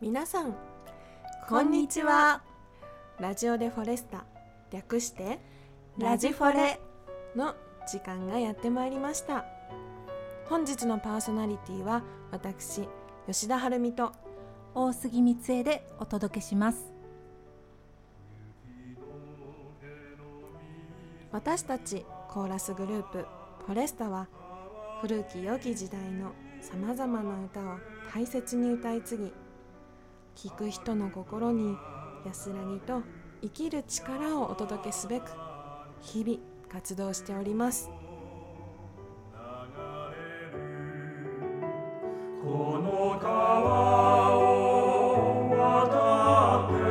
皆さんこんにちは。ラジオデフォレスタ、略してラジフォレの時間がやってまいりました。本日のパーソナリティは私吉田晴美と大杉光恵でお届けします。 私たちコーラスグループフォレスタは古き良き時代のさまざまな歌を大切に歌い継ぎ、聴く人の心に安らぎと生きる力をお届けすべく日々活動しております。 この川を渡って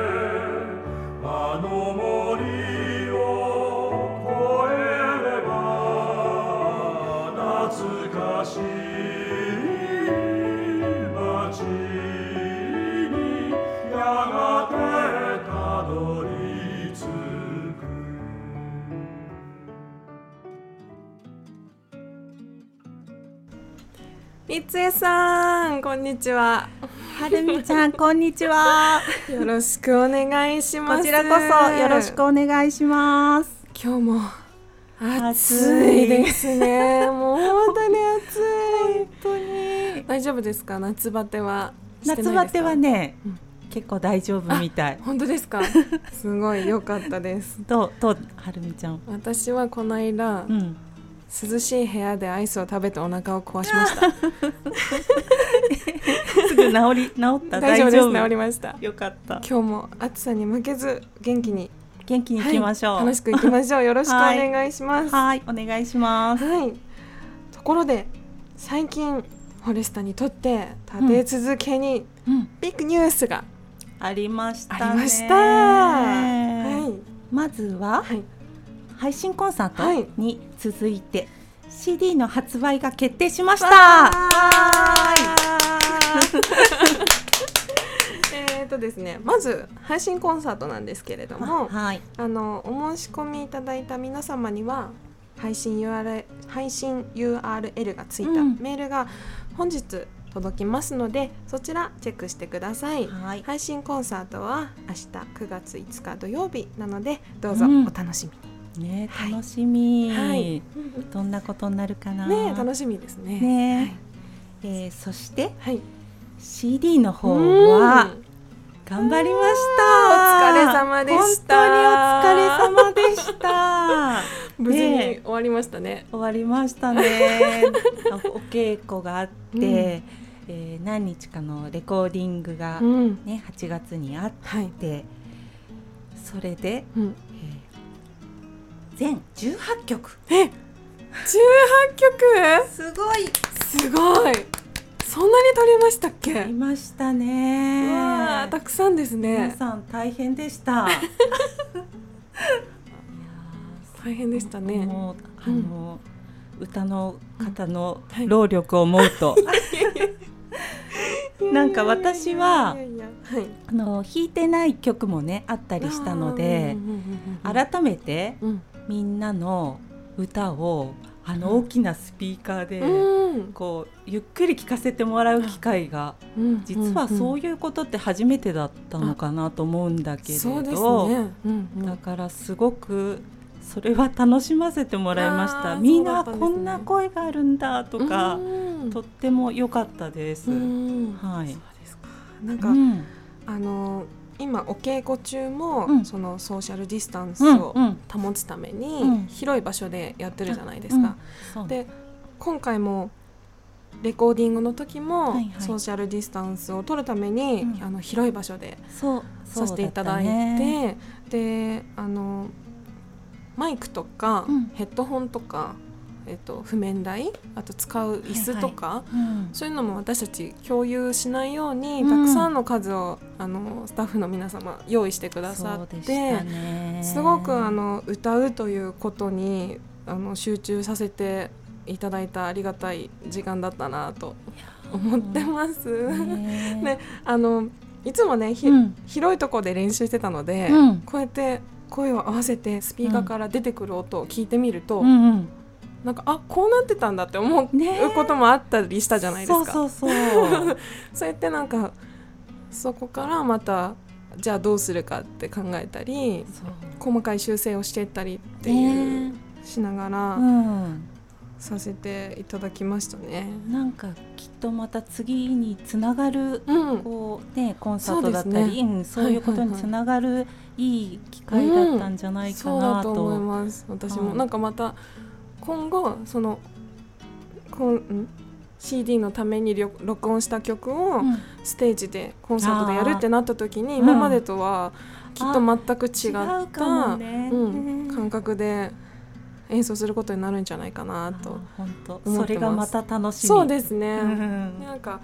あの森を越えれば懐かしい街にやがてたどり着く。 三江さんこんにちは。 はるみちゃんこんにちは。 よろしくお願いします。 こちらこそよろしくお願いします。 今日も暑いですね。もう本当に暑い。 本当に大丈夫ですか？夏バテはしてないですか？ 夏バテはね、結構大丈夫みたい。 本当ですか？すごい良かったです。 どうはるみちゃん。 私はこの間、涼しい部屋でアイスを食べてお腹を壊しました。 すぐ治った。 大丈夫です。治りました。 よかった。 今日も暑さに負けず元気に行きましょう。 楽しく行きましょう。よろしくお願いします。 はい、お願いします。 はい。ところで最近フォレスタにとって立て続けにビッグニュースがありましたね。 ありました。はい。 まずは、配信コンサートに続いて、CD の発売が決定しました。 ですね、まず配信コンサートなんですけれども、お申し込みいただいた皆様には配信 URL がついたメールが本日届きますので、そちらチェックしてください。配信コンサートは明日9月5日土曜日なので、どうぞお楽しみに。 ね、楽しみ、どんなことになるかな。 ね、楽しみですね。 そして、CD の方は頑張りました。 お疲れ様でした。 本当にお疲れ様でした。 無事に終わりましたね。 終わりましたね。お稽古があって、何日かのレコーディングが、8月にあって、それで、全18曲。 18曲？ すごい。 すごい。そんなに撮りましたっけ？ 撮りましたね。 わあ、たくさんですね。 皆さん大変でした。 大変でしたね。 もう歌の方の労力を思うと、なんか私は弾いてない曲もねあったりしたので、改めてみんなの歌を大きなスピーカーでこうゆっくり聴かせてもらう機会が、実はそういうことって初めてだったのかなと思うんだけれど、だからすごくそれは楽しませてもらいました。みんなこんな声があるんだとか、とっても良かったです。はい。 なんか、今お稽古中も、そのソーシャルディスタンスを保つために、広い場所でやってるじゃないですか。で、今回もレコーディングの時も、ソーシャルディスタンスを取るために、広い場所でさせていただいて、でマイクとか、ヘッドホンとか、譜面台、あと使う椅子とか、そういうのも私たち共有しないように、たくさんの数をスタッフの皆様用意してくださって、すごく歌うということに集中させていただいたありがたい時間だったなと思ってます。で、いつもね、広いところで練習してたので、こうやって声を合わせてスピーカーから出てくる音を聞いてみると、なんかこうなってたんだって思うこともあったりしたじゃないですか。そうやってなんかそこからまたじゃあどうするかって考えたり、細かい修正をしていったりっていう、しながら、させていただきましたね。 なんかきっとまた次につながる、こうね、コンサートだったり そういうことにつながるいい機会だったんじゃないかなと、 そうだと思います。私もなんかまた今後そのCD のために録音した曲をステージでコンサートでやるってなった時に、今までとはきっと全く違った感覚で演奏することになるんじゃないかなと思ってます。 それがまた楽しみ。 そうですね、なんか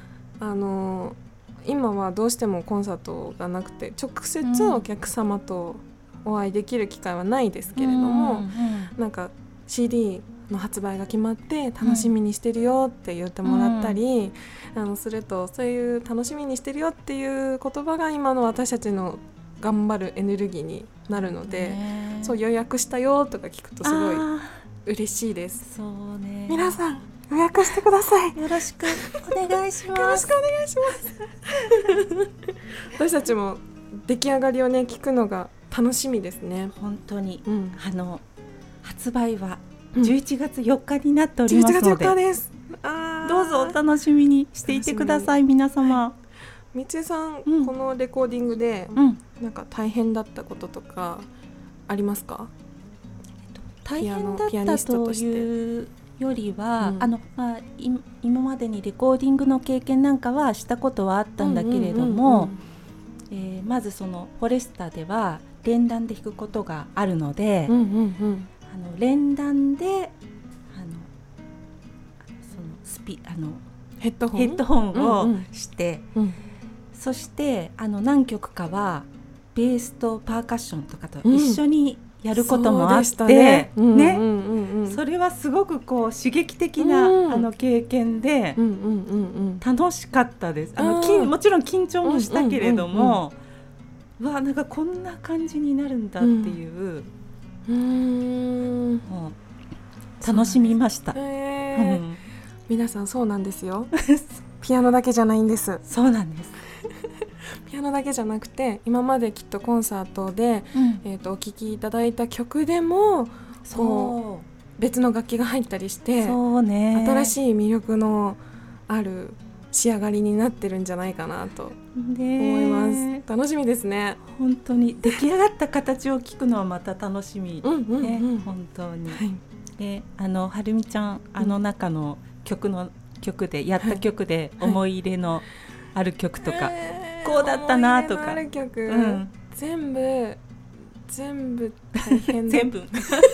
今はどうしてもコンサートがなくて直接お客様とお会いできる機会はないですけれども、なんか CD の発売が決まって楽しみにしてるよって言ってもらったり、すると、そういう楽しみにしてるよっていう言葉が今の私たちの頑張るエネルギーになるので、そう予約したよとか聞くとすごい嬉しいです。 そうね、 皆さん予約してください。 よろしくお願いします。 よろしくお願いします私たちも出来上がりをね聞くのが楽しみですね。 本当に、発売は11月4日になっておりますので、 11月4日です。 どうぞお楽しみにしていてください、皆様。 みちえさん、このレコーディングで、なんか大変だったこととかありますか？ 大変だったというよりは、今までにレコーディングの経験なんかはしたことはあったんだけれども、まずそのフォレスタでは連弾で弾くことがあるので、連弾でヘッドホンをして、そして何曲かはベースとパーカッションとかと一緒にやることもあって、それはすごくこう刺激的な、経験で、楽しかったです。もちろん緊張もしたけれども、なんかこんな感じになるんだっていう、もう楽しみました。 皆さんそうなんですよピアノだけじゃないんです。 そうなんですピアノだけじゃなくて、今まできっとコンサートで、お聴きいただいた曲でもこう別の楽器が入ったりして、新しい魅力のある仕上がりになってるんじゃないかなと思います。楽しみですね。 本当に出来上がった形を聞くのはまた楽しみ、本当に、はるみちゃん、中の曲でやった曲で思い入れのある曲とか、こうだったなとか、 ある曲、全部大変全部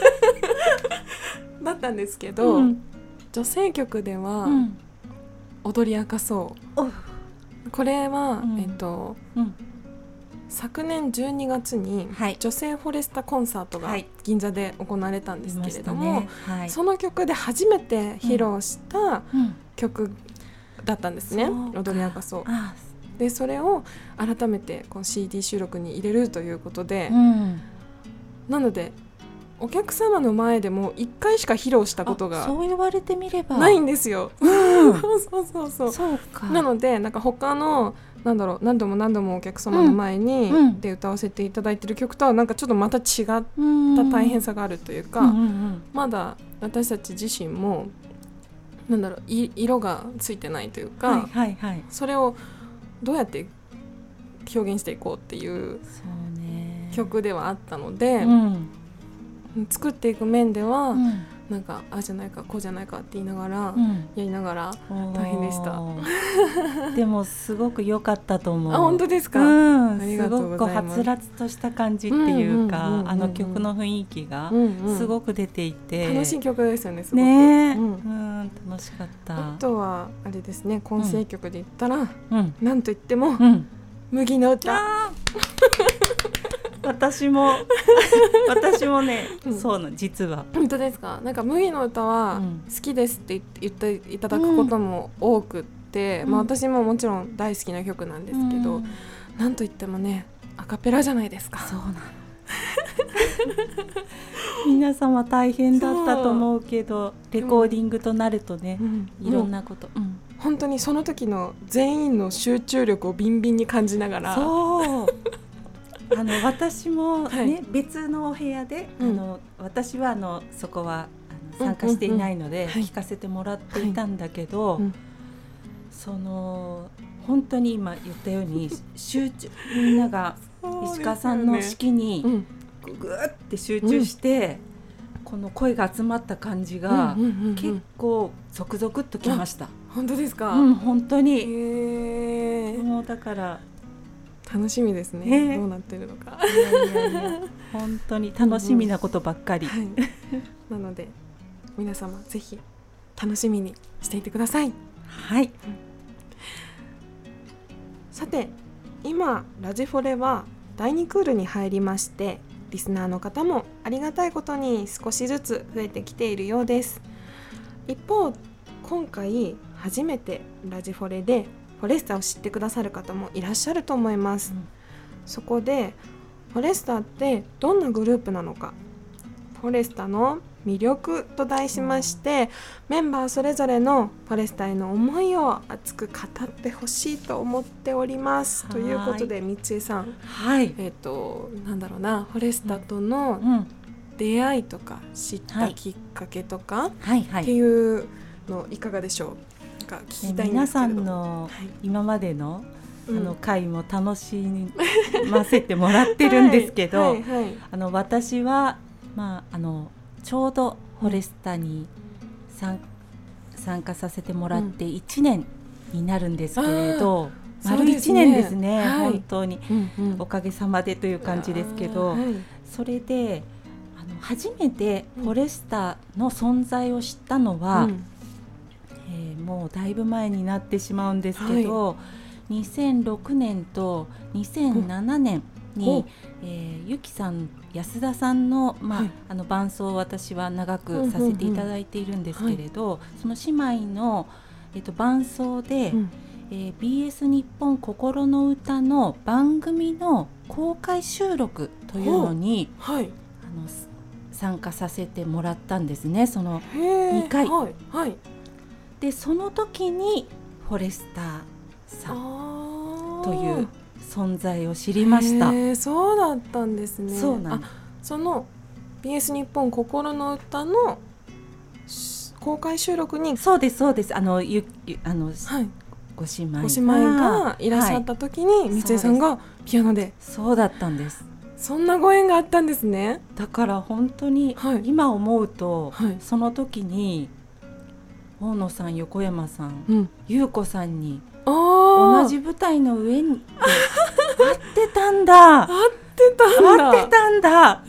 だったんですけど、女性曲では、踊り明かそう。これは、昨年12月に女性フォレスタコンサートが銀座で行われたんですけれども、その曲で初めて披露した曲だったんですね、踊り明かそう。でそれを改めてこの CD 収録に入れるということで、なのでお客様の前でも1回しか披露したことがそう言われてみればないんですよ。 そうか。 なのでなんか他の何度もお客様の前に、で歌わせていただいている曲とはなんかちょっとまた違った大変さがあるというか、まだ私たち自身も色がついてないというか、それをどうやって表現していこうっていう曲ではあったので、作っていく面では、なんかああじゃないかこうじゃないかって言いながら、やりながら大変でした。 でもすごく良かったと思う。 本当ですか？ ありがとうございます。すごくはつらつとした感じっていうか、曲の雰囲気がすごく出ていて、 楽しい曲ですよね。すごく楽しかった。 あとはあれですね、混声曲で言ったら、なんといっても、麦の歌。 私もね、そう実は。 本当ですか？なんか麦の歌は好きですって言っていただくことも多くって、私ももちろん大好きな曲なんですけど、なんといってもねアカペラじゃないですか。 そうなの皆様大変だったと思うけど、レコーディングとなるとね、いろんなこと、 本当にその時の全員の集中力をビンビンに感じながら、 そう私もね、別のお部屋で、私はそこは参加していないので聞かせてもらっていたんだけど、その本当に今言ったように集中、みんなが石川さんの指揮にグーって集中して、この声が集まった感じが結構ゾクゾクっときました。 本当ですか？ 本当に、もうだから楽しみですね、どうなってるのか。 いや本当に楽しみなことばっかり、 なので皆様ぜひ楽しみにしていてください。 はい、 さて今ラジフォレは第2クールに入りまして、リスナーの方もありがたいことに少しずつ増えてきているようです。一方、今回初めてラジフォレでフォレスタを知ってくださる方もいらっしゃると思います。そこでフォレスタってどんなグループなのか、フォレスタの魅力と題しまして、メンバーそれぞれのフォレスタへの思いを熱く語ってほしいと思っております。ということで、みつえさん、なんだろうな、フォレスタとの出会いとか知ったきっかけとかっていうのいかがでしょうか。聞きたいんですけれど。 皆さんの今までの回も楽しませてもらってるんですけど、私はちょうどフォレスタに参加させてもらって1年になるんですけれど、丸1年ですね、本当に、おかげさまでという感じですけど、それで初めてフォレスタの存在を知ったのは、もうだいぶ前になってしまうんですけど、2006年と2007年に、ゆきさん、安田さんの、伴奏を私は長くさせていただいているんですけれど、その姉妹の、伴奏で、BS 日本心の歌の番組の公開収録というのに、参加させてもらったんですね、その2回、でその時にフォレスタさんという存在を知りました。 そうだったんですね。 そうなんです。 その BS 日本心の歌の公開収録に、 そうですそうです、ご姉妹がいらっしゃった時に、みつえさんがピアノで。 そうだったんです。 そんなご縁があったんですね。 だから本当に今思うと、その時に大野さん、横山さん、優子さんに同じ舞台の上に会ってたんだと思って、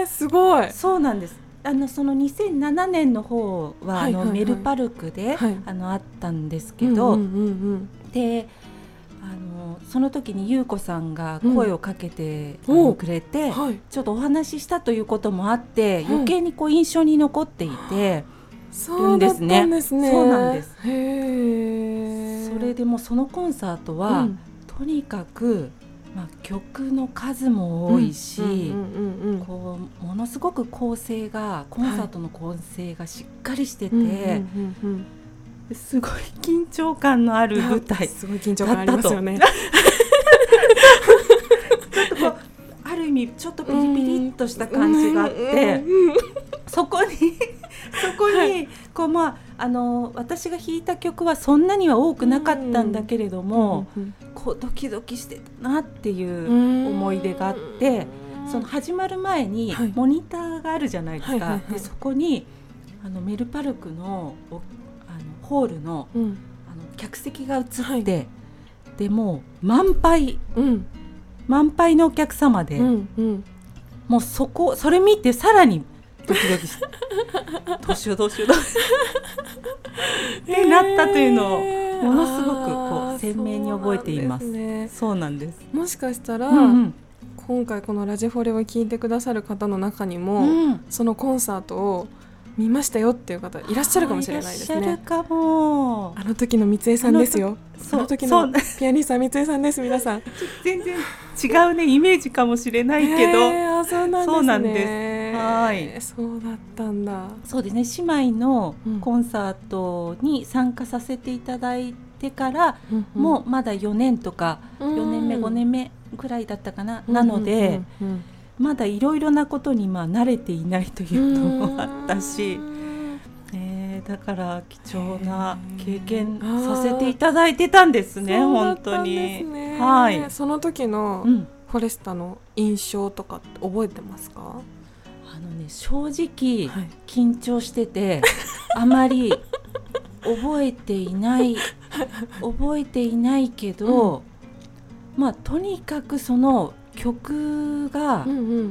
すごい。 そうなんです。その2007年の方は、メルパルクで、あったんですけど、でその時に優子さんが声をかけてくれて、ちょっとお話ししたということもあって、余計に印象に残っていて、 そうだったんですね。 そうなんです。それでもそのコンサートは、とにかく、曲の数も多いし、ものすごくコンサートの構成がしっかりしてて、すごい緊張感のある舞台だったと。 すごい緊張感ありますよね。 ちょっとある意味ちょっとピリピリっとした感じがあって、そこに私が弾いた曲はそんなには多くなかったんだけれども、ドキドキしてたなっていう思い出があって、その始まる前にモニターがあるじゃないですか。でそこにメルパルクのホールの、客席が映って、でもう満杯のお客様で、もうそれ見てさらにドキドキしてどうしようってなったというのをものすごく鮮明に覚えています。そうなんです。 もしかしたら、今回このラジフォレを聞いてくださる方の中にも、そのコンサートを見ましたよっていう方いらっしゃるかもしれないですね。 いらっしゃるかも。 あの時の三江さんですよ。あの時のピアニストは三江さんです。皆さん全然違うねイメージかもしれないけど、 そうなんですね。 はい、 そうだったんだ。 そうですね、姉妹のコンサートに参加させていただいてから、もうまだ4年とか4年目5年目ぐらいだったかな、なので、まだいろいろなことに慣れていないというのもあったし、だから貴重な経験させていただいてたんですね。本当に、はい、 その時のフォレスタの印象とか覚えてますか？ 正直緊張してて、あまり覚えていないけど、とにかくその曲が、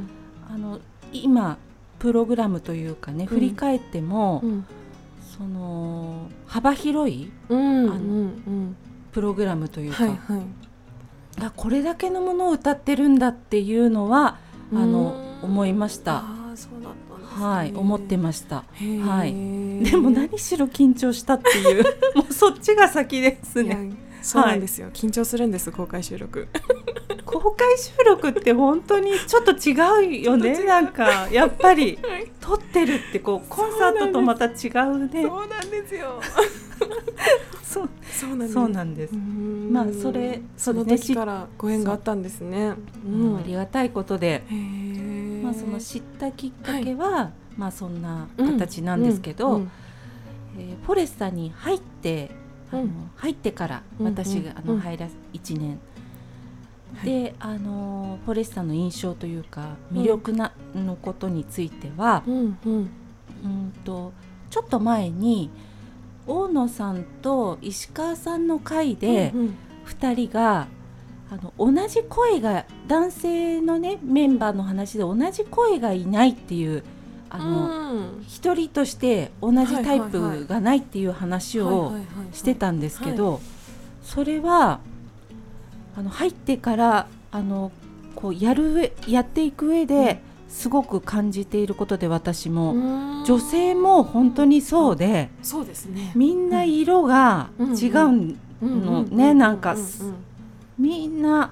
今プログラムというかね、振り返っても、その幅広い、プログラムというか、これだけのものを歌ってるんだっていうのは思いました。 そうだったんですね。 はい、思ってました。はい、でも何しろ緊張したっていうもうそっちが先ですね。 そうなんですよ、緊張するんです。公開収録公開収録って本当にちょっと違うよね。なんかやっぱり撮ってるってコンサートとまた違うね。 そうなんですよそうなんです。 その時からご縁があったんですね。 ありがたいことで、その知ったきっかけは、そんな形なんですけど、フォレスタに入ってから私が入ら1年で、フォレスタの印象というか魅力のことについては、ちょっと前に大野さんと石川さんの会で2人が同じ声が男性のねメンバーの話で同じ声がいないっていう一人として同じタイプがないっていう話をしてたんですけど、それは入ってからやっていく上ですごく感じていることで、私も女性も本当にそうで、 そうですね、 みんな色が違うのね。なんかみんな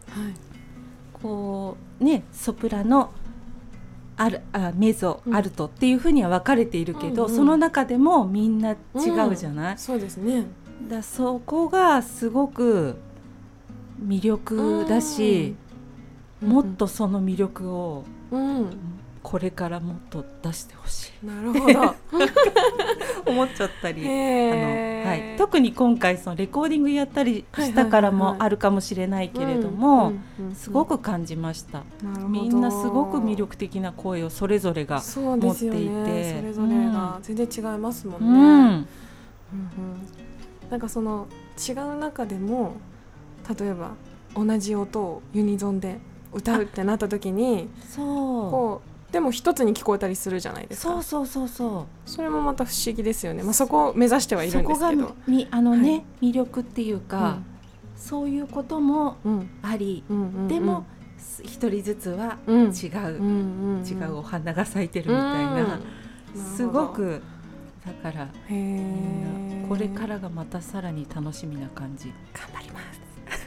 こうね、ソプラノメゾ、アルトっていう風には分かれているけど、その中でもみんな違うじゃない。 そうですね。 そこがすごく魅力だし、もっとその魅力をこれからもっと出してほしい。 なるほど思っちゃったり、特に今回そのレコーディングやったりしたからもあるかもしれないけれども、すごく感じました。みんなすごく魅力的な声をそれぞれが持っていて、 それぞれが全然違いますもんね。なんかその違う中でも、例えば同じ音をユニゾンで歌うってなった時に、でも一つに聞こえたりするじゃないですか。それもまた不思議ですよね。そこを目指してはいるんですけど、 そこが魅力っていうか、そういうこともあり、でも一人ずつは違うお花が咲いてるみたいな、すごくだからみんなこれからがまたさらに楽しみな感じ。 頑張ります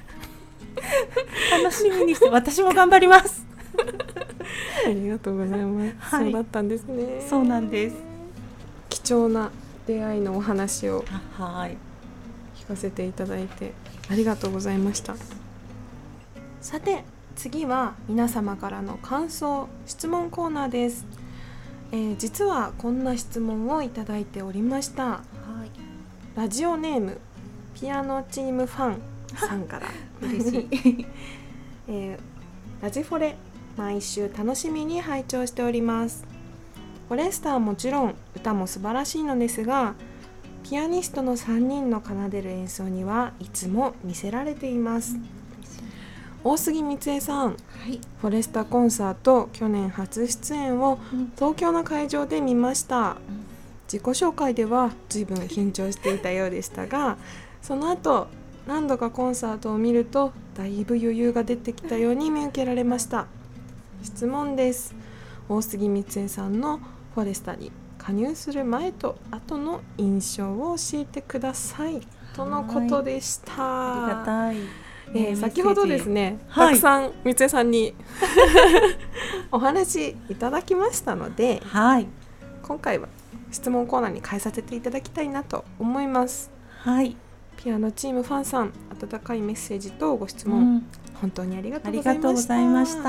楽しみにして、私も頑張りますありがとうございます、そうだったんですね。 そうなんです。 貴重な出会いのお話を聞かせていただいてありがとうございました。さて次は皆様からの感想質問コーナーです。実はこんな質問をいただいておりました。ラジオネームピアノチームファンさんから嬉しい、ラジフォレ毎週楽しみに拝聴しております。フォレスタはもちろん歌も素晴らしいのですが、ピアニストの3人の奏でる演奏にはいつも見せられています。大杉光恵さん、フォレスタコンサート去年初出演を東京の会場で見ました。自己紹介では随分緊張していたようでしたが、その後何度かコンサートを見るとだいぶ余裕が出てきたように見受けられました。質問です。大杉光恵さんのフォレスタに加入する前と後の印象を教えてくださいとのことでした。 ありがたい。 先ほどですね、たくさん三江さんにお話いただきましたので、 はい、 今回は質問コーナーに変えさせていただきたいなと思います。 はい、 ピアノチームファンさん、温かいメッセージとご質問、本当にありがとうございました。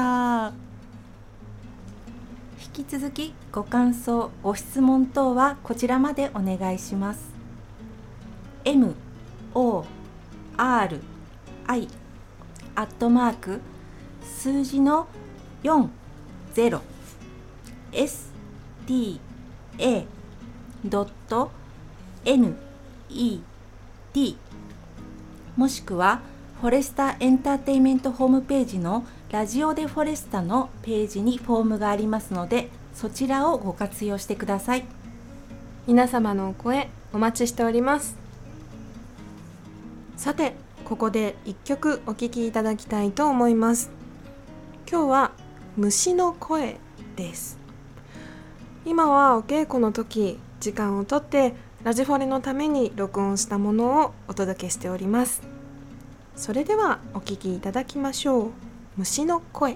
引き続きご感想、ご質問等はこちらまでお願いします。MORI アットマーク数字の40 STA.NET もしくはフォレスタエンターテインメントホームページのラジオでフォレスタのページにフォームがありますので、そちらをご活用してください。 皆様のお声お待ちしております。さて、ここで一曲お聴きいただきたいと思います。今日は虫の声です。今はお稽古の時、時間をとってラジフォレのために録音したものをお届けしております。それではお聴きいただきましょう。虫の声。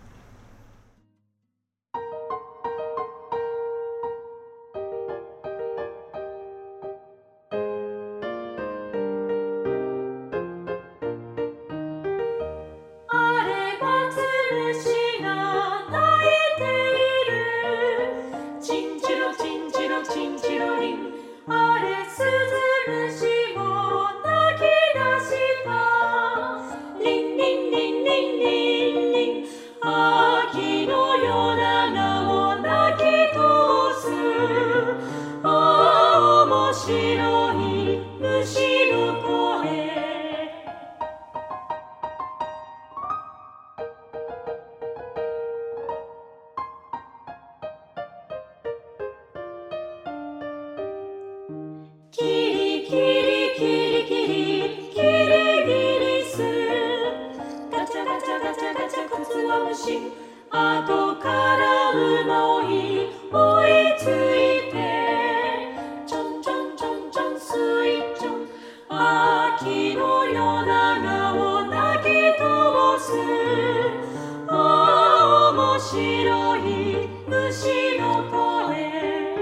後から馬追いついてちょんちょんちょんちょんスイちょん秋の夜長を泣き通す面白い虫の声。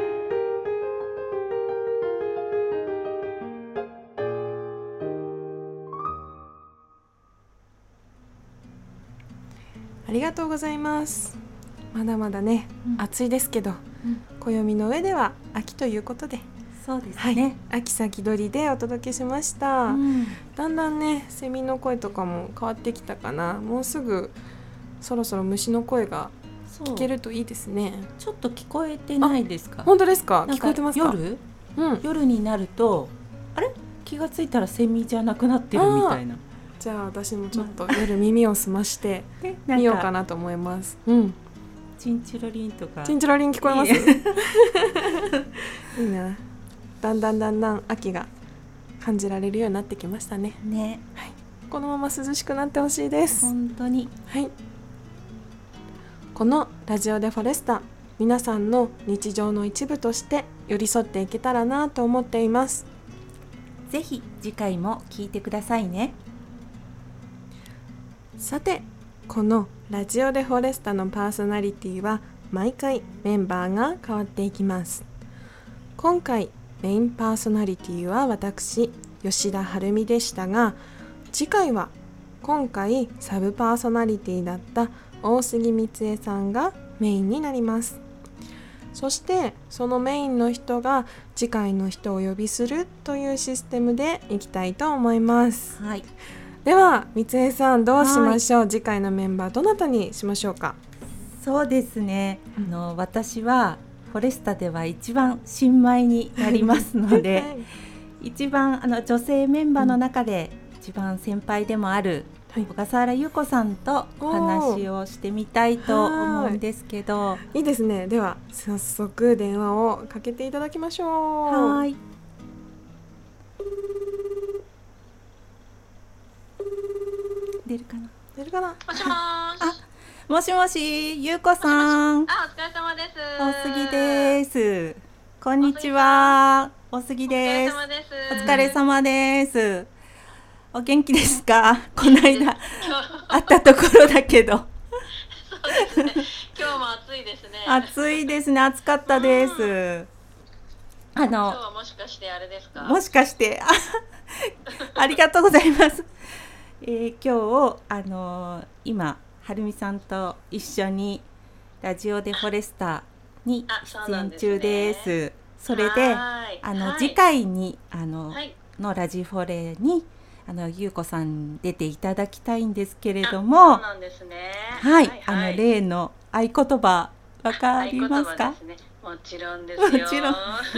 ありがとうございます。まだまだね、暑いですけど、暦の上では秋ということで、 そうですね、 秋先取りでお届けしました。だんだんね、セミの声とかも変わってきたかな。もうすぐそろそろ虫の声が聞けるといいですね。 ちょっと聞こえてないですか？ 本当ですか？聞こえてますか？ 夜になるとあれ気がついたらセミじゃなくなってるみたいな。 じゃあ私もちょっと夜耳を澄ましてみようかなと思います。 チンチロリンとか。 チンチロリン聞こえます？いいな。だんだん秋が感じられるようになってきましたね。はい。このまま涼しくなってほしいです。 本当に。 はい。このラジオでフォレスタ、皆さんの日常の一部として寄り添っていけたらなと思っています。 ぜひ次回も聞いてくださいね。 さて、このラジオでフォレスタのパーソナリティは毎回メンバーが変わっていきます。今回メインパーソナリティは私、吉田晴美でしたが、次回は今回サブパーソナリティだった大杉光恵さんがメインになります。そしてそのメインの人が次回の人をお呼びするというシステムでいきたいと思います。 はい。 では光恵さん、どうしましょう？次回のメンバーどなたにしましょうか？ そうですね、私はフォレスタでは一番新米になりますので、一番女性メンバーの中で一番先輩でもある小笠原優子さんとお話をしてみたいと思うんですけど。 いいですね。では早速電話をかけていただきましょう。 はい。出るかな？ 出るかな？ もしもーし。 もしもし、優子さん。 お疲れ様です。 大杉です。 こんにちは。おすぎです。お疲れ様です。お元気ですか？この間会ったところだけど。 そうですね。今日も暑いですね。 暑いですね。暑かったです。 今日はもしかしてあれですか？ もしかしてありがとうございます。今日今はるみさんと一緒にラジオでフォレスタに出演中です。それで次回にのラジフォレにゆうこさん出ていただきたいんですけれども、 そうなんですね。 はい、例の合言葉わかりますか？ もちろんですよ。 もちろん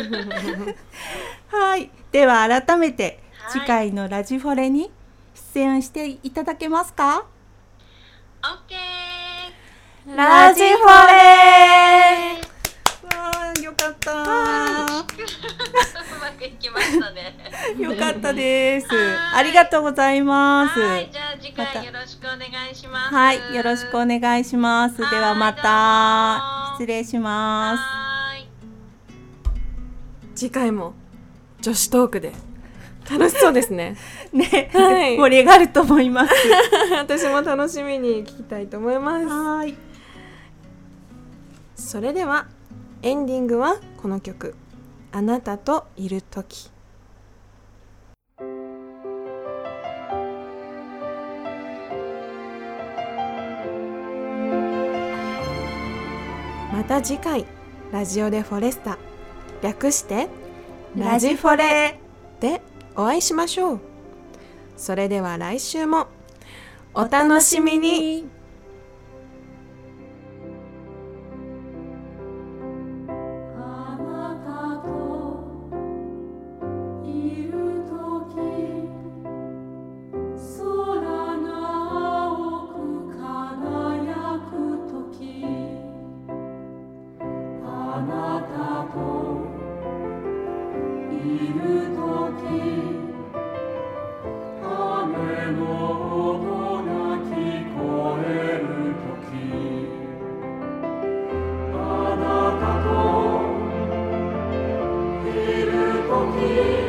はい、では改めて次回のラジフォレに出演していただけますか？ オッケー。 ラジフォレー。よかった。 うまくいきましたね。 よかったです。ありがとうございます。 はい、じゃあ次回よろしくお願いします。 はい、よろしくお願いします。ではまた失礼します。 次回も女子トークで楽しそうですね。 ね、はい、盛り上がると思います。 私も楽しみに聞きたいと思います。 はい。 それではエンディングはこの曲、あなたといるとき。また次回ラジオでフォレスタ、略してラジフォレでお会いしましょう。それでは来週もお楽しみに。 時